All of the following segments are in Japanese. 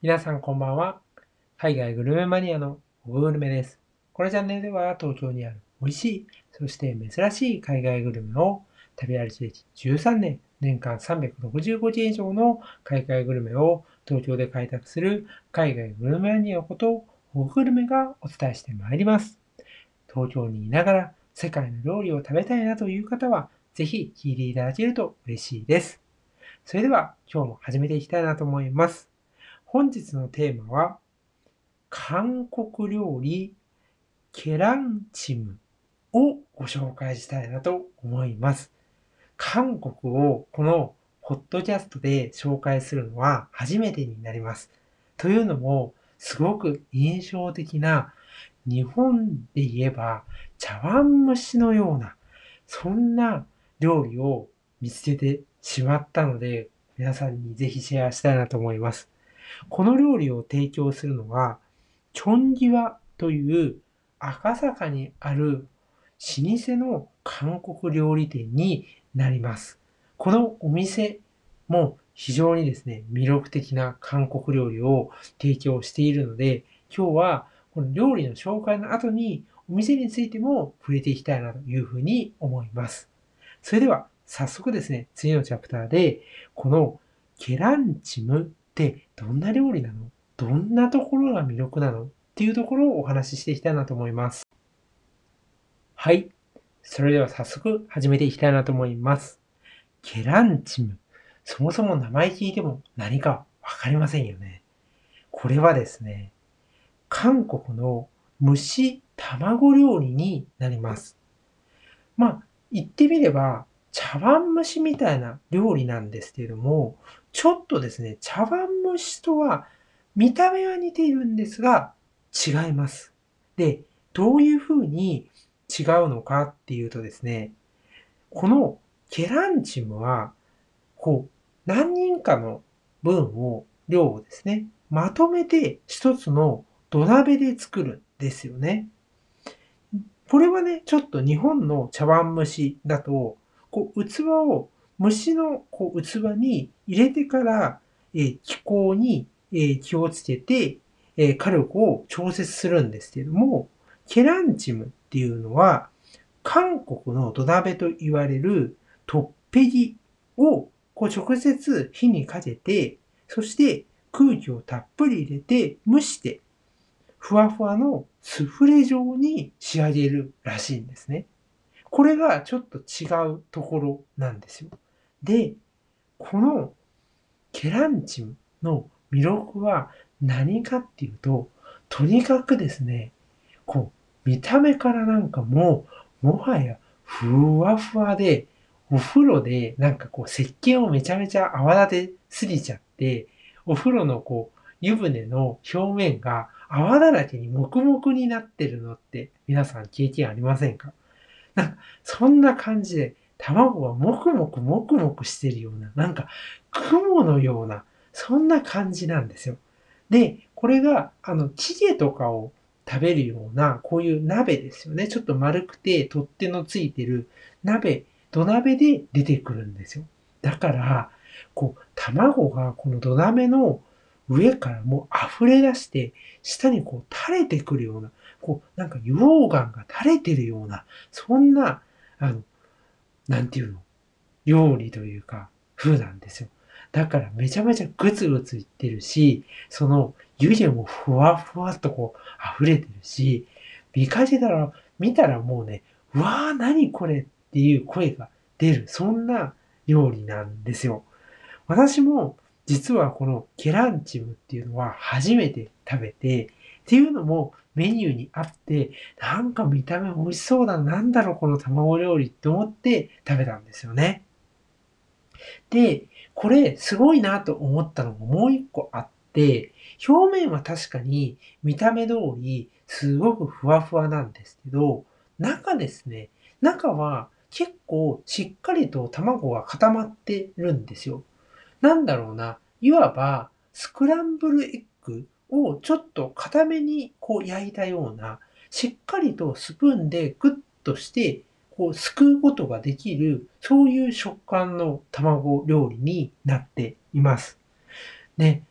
皆さんこんばんは。海外グルメマニアのオグルメです。このチャンネルでは東京にある美味しい、そして珍しい海外グルメを食べ歩き歴13年、年間365件以上の海外グルメを東京で開拓する海外グルメマニアことオグルメがお伝えしてまいります。東京にいながら世界の料理を食べたいなという方は、ぜひ聞いていただけると嬉しいです。それでは今日も始めていきたいなと思います。本日のテーマは、韓国料理ケランチムをご紹介したいなと思います。韓国をこのポッドキャストで紹介するのは初めてになります。というのも、すごく印象的な日本で言えば茶碗蒸しのような、そんな料理を見つけてしまったので、皆さんにぜひシェアしたいなと思います。この料理を提供するのは、チョンギワという赤坂にある老舗の韓国料理店になります。このお店も非常にですね、魅力的な韓国料理を提供しているので、今日はこの料理の紹介の後にお店についても触れていきたいなというふうに思います。それでは早速ですね、次のチャプターで、このケランチムってどんな料理なの？どんなところが魅力なの？っていうところをお話ししていきたいなと思います。はい。それでは早速始めていきたいなと思います。ケランチム。そもそも名前聞いても何かわかりませんよね。これはですね、韓国の蒸し卵料理になります。まあ、言ってみれば、茶碗蒸しみたいな料理なんですけれども、ちょっとですね、茶碗蒸しとは見た目は似ているんですが、違います。で、どういうふうに違うのかっていうとですね、このケランチムは、何人かの量をですね、まとめて一つの土鍋で作るんですよね。これはね、ちょっと日本の茶碗蒸しだと、器を蒸しの器に入れてから、気候に、気をつけて、火力を調節するんですけれども、ケランチムっていうのは、韓国の土鍋と言われるトッペギを直接火にかけて、そして空気をたっぷり入れて蒸してふわふわのスフレ状に仕上げるらしいんですね。これがちょっと違うところなんですよ。で、このケランチムの魅力は何かっていうと、とにかくですね、見た目からなんかもはやふわふわで、お風呂で石鹸をめちゃめちゃ泡立てすぎちゃって、お風呂の湯船の表面が泡だらけにもくもくになってるのって皆さん経験ありませんか？そんな感じで、卵がもくもくもくもくしてるような、雲のような、そんな感じなんですよ。で、これが、チゲとかを食べるような、こういう鍋ですよね。ちょっと丸くて取っ手のついてる土鍋で出てくるんですよ。だから、卵がこの土鍋の上からもう溢れ出して、下に垂れてくるような、溶岩が垂れてるような、そんな、あの、なんていうの、料理というか、風なんですよ。だからめちゃめちゃグツグツいってるし、その湯気もふわふわっと溢れてるし、見たらもうね、うわー何これっていう声が出る、そんな料理なんですよ。私も実はこのケランチムっていうのは初めて食べて、っていうのもメニューにあって、なんか見た目美味しそうだな、なんだろうこの卵料理って思って食べたんですよね。で、これすごいなと思ったのがもう一個あって、表面は確かに見た目通りすごくふわふわなんですけど、中ですね、中は結構しっかりと卵が固まってるんですよ。なんだろうな、いわばスクランブルエッグをちょっと固めに焼いたような、しっかりとスプーンでグッとして、すくうことができる、そういう食感の卵料理になっています。ね、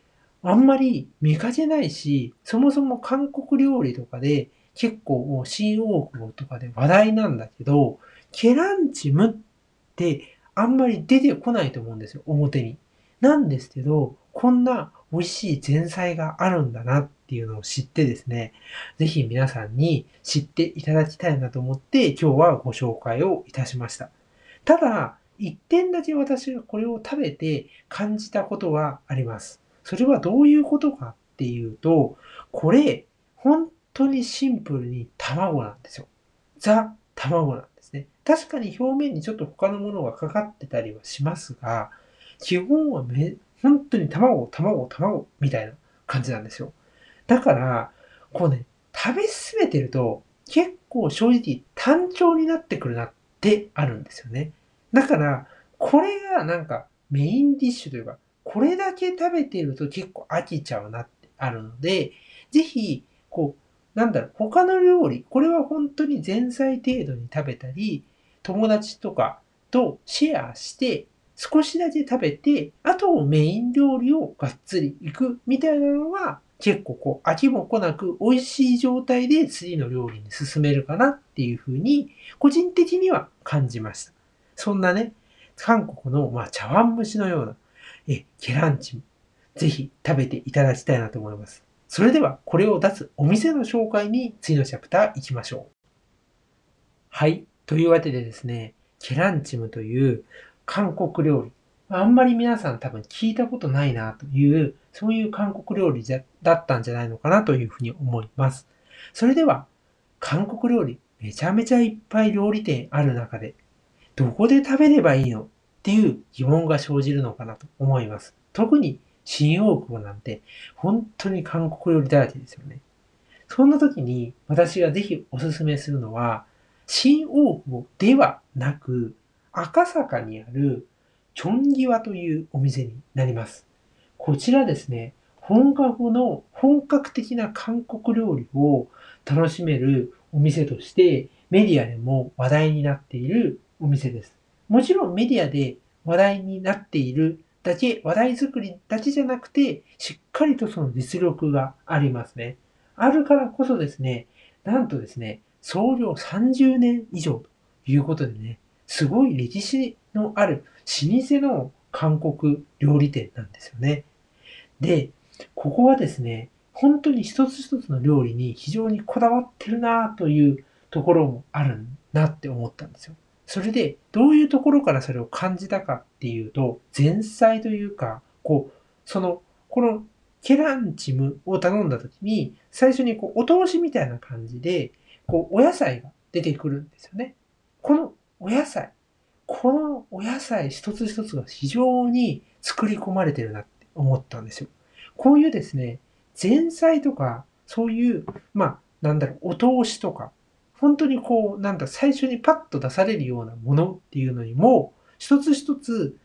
あんまり見かけないし、そもそも韓国料理とかで結構もう新大久保とかで話題なんだけど、ケランチムってあんまり出てこないと思うんですよ、表に。なんですけど、こんな美味しい前菜があるんだなっていうのを知ってですね、ぜひ皆さんに知っていただきたいなと思って今日はご紹介をいたしました。ただ、一点だけ私がこれを食べて感じたことはあります。それはどういうことかっていうと、これ、本当にシンプルに卵なんですよ。ザ・卵なんですね。確かに表面にちょっと他のものがかかってたりはしますが、基本は本当に卵、卵、卵みたいな感じなんですよ。だから、こうね、食べ進めてると、結構正直単調になってくるなってあるんですよね。だから、これがなんかメインディッシュというか、これだけ食べてると結構飽きちゃうなってあるので、ぜひ、他の料理、これは本当に前菜程度に食べたり、友達とかとシェアして、少しだけ食べて、あとメイン料理をがっつりいくみたいなのは、結構飽きも来なく美味しい状態で次の料理に進めるかなっていうふうに、個人的には感じました。そんなね、韓国の、茶碗蒸しのような、ケランチム、ぜひ食べていただきたいなと思います。それでは、これを出すお店の紹介に次のチャプター行きましょう。はい。というわけでですね、ケランチムという韓国料理。あんまり皆さん多分聞いたことないなという、そういう韓国料理だったんじゃないのかなというふうに思います。それでは、韓国料理、めちゃめちゃいっぱい料理店ある中で、どこで食べればいいのっていう疑問が生じるのかなと思います。特に新大久保なんて、本当に韓国料理だらけですよね。そんな時に私がぜひお勧めするのは、新大久保ではなく、赤坂にあるチョンギワというお店になります。こちらですね、本格的な韓国料理を楽しめるお店としてメディアでも話題になっているお店です。もちろんメディアで話題になっているだけ、話題作りだけじゃなくて、しっかりとその実力がありますね。あるからこそですね、なんとですね、創業30年以上ということでね、すごい歴史のある老舗の韓国料理店なんですよね。で、ここはですね、本当に一つ一つの料理に非常にこだわってるなというところもあるなって思ったんですよ。それで、どういうところからそれを感じたかっていうと、前菜というか、このケランチムを頼んだ時に、最初にお通しみたいな感じで、お野菜が出てくるんですよね。このお野菜、このお野菜一つ一つが非常に作り込まれてるなって思ったんですよ。こういうですね、前菜とか、そういう、お通しとか、本当に最初にパッと出されるようなものっていうのにも、一つ一つ、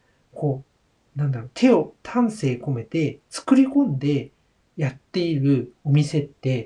丹精込めて作り込んでやっているお店って、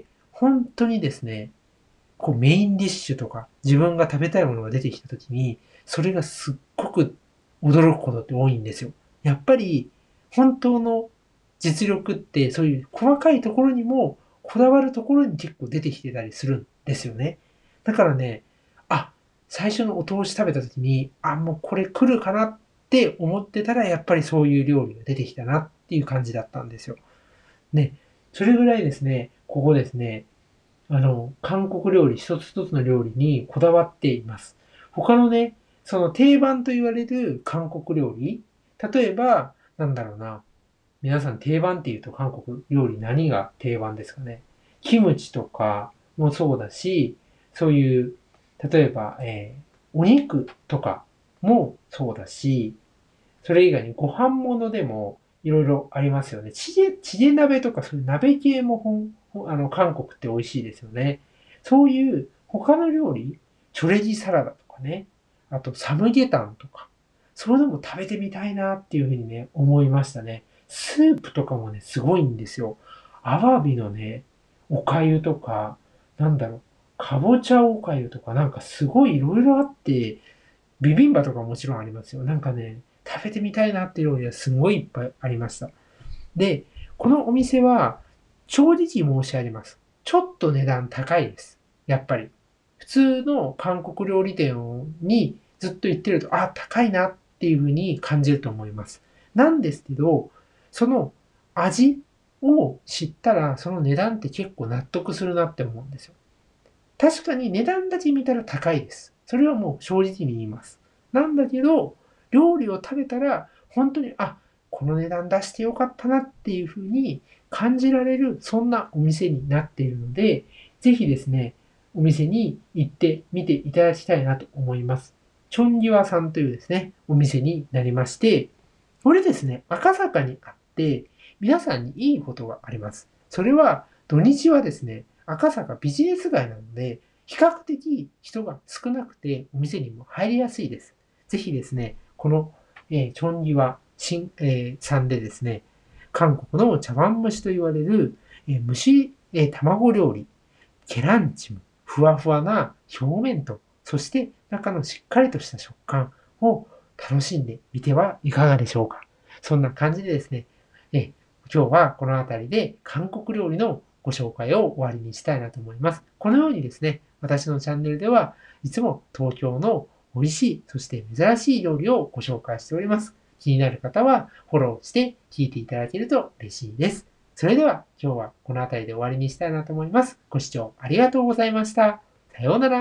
本当にですね、メインディッシュとか、自分が食べたいものが出てきたときに、それがすっごく驚くことって多いんですよ。やっぱり、本当の実力って、そういう細かいところにも、こだわるところに結構出てきてたりするんですよね。だからね、最初のお通し食べたときに、もうこれ来るかなって思ってたら、やっぱりそういう料理が出てきたなっていう感じだったんですよ。ね、それぐらいですね、ここですね、韓国料理一つ一つの料理にこだわっています。他のね、その定番と言われる韓国料理、例えば、皆さん定番って言うと韓国料理何が定番ですかね。キムチとかもそうだし、そういう、例えば、お肉とかもそうだし、それ以外にご飯物でもいろいろありますよね。チゲ鍋とかそういう鍋系も韓国って美味しいですよね。そういう他の料理、チョレギサラダとかね、あとサムゲタンとか、そういうのも食べてみたいなっていうふうにね、思いましたね。スープとかもね、すごいんですよ。アワビのね、お粥とか、かぼちゃお粥とかすごいいろいろあって、ビビンバとかもちろんありますよ。食べてみたいなっていう料理はすごいいっぱいありました。で、 このお店は正直申し上げます。ちょっと値段高いです。やっぱり。普通の韓国料理店にずっと行ってると、あ、高いなっていうふうに感じると思います。なんですけど、その味を知ったら、その値段って結構納得するなって思うんですよ。確かに値段だけ見たら高いです。それはもう正直に言います。なんだけど、料理を食べたら、本当に、あ、この値段出してよかったなっていうふうに感じられる、そんなお店になっているので、ぜひですね、お店に行ってみていただきたいなと思います。チョンギワさんというですね、お店になりまして、これですね、赤坂にあって、皆さんにいいことがあります。それは、土日はですね、赤坂ビジネス街なので、比較的人が少なくて、お店にも入りやすいです。ぜひですね、この、チョンギワさんでですね、韓国の茶碗蒸しと言われる、蒸し、卵料理、ケランチム、ふわふわな表面と、そして中のしっかりとした食感を楽しんでみてはいかがでしょうか。そんな感じでですね、今日はこの辺りで韓国料理のご紹介を終わりにしたいなと思います。このようにですね、私のチャンネルではいつも東京の美味しい、そして珍しい料理をご紹介しております。気になる方はフォローして聞いていただけると嬉しいです。それでは今日はこの辺りで終わりにしたいなと思います。ご視聴ありがとうございました。さようなら。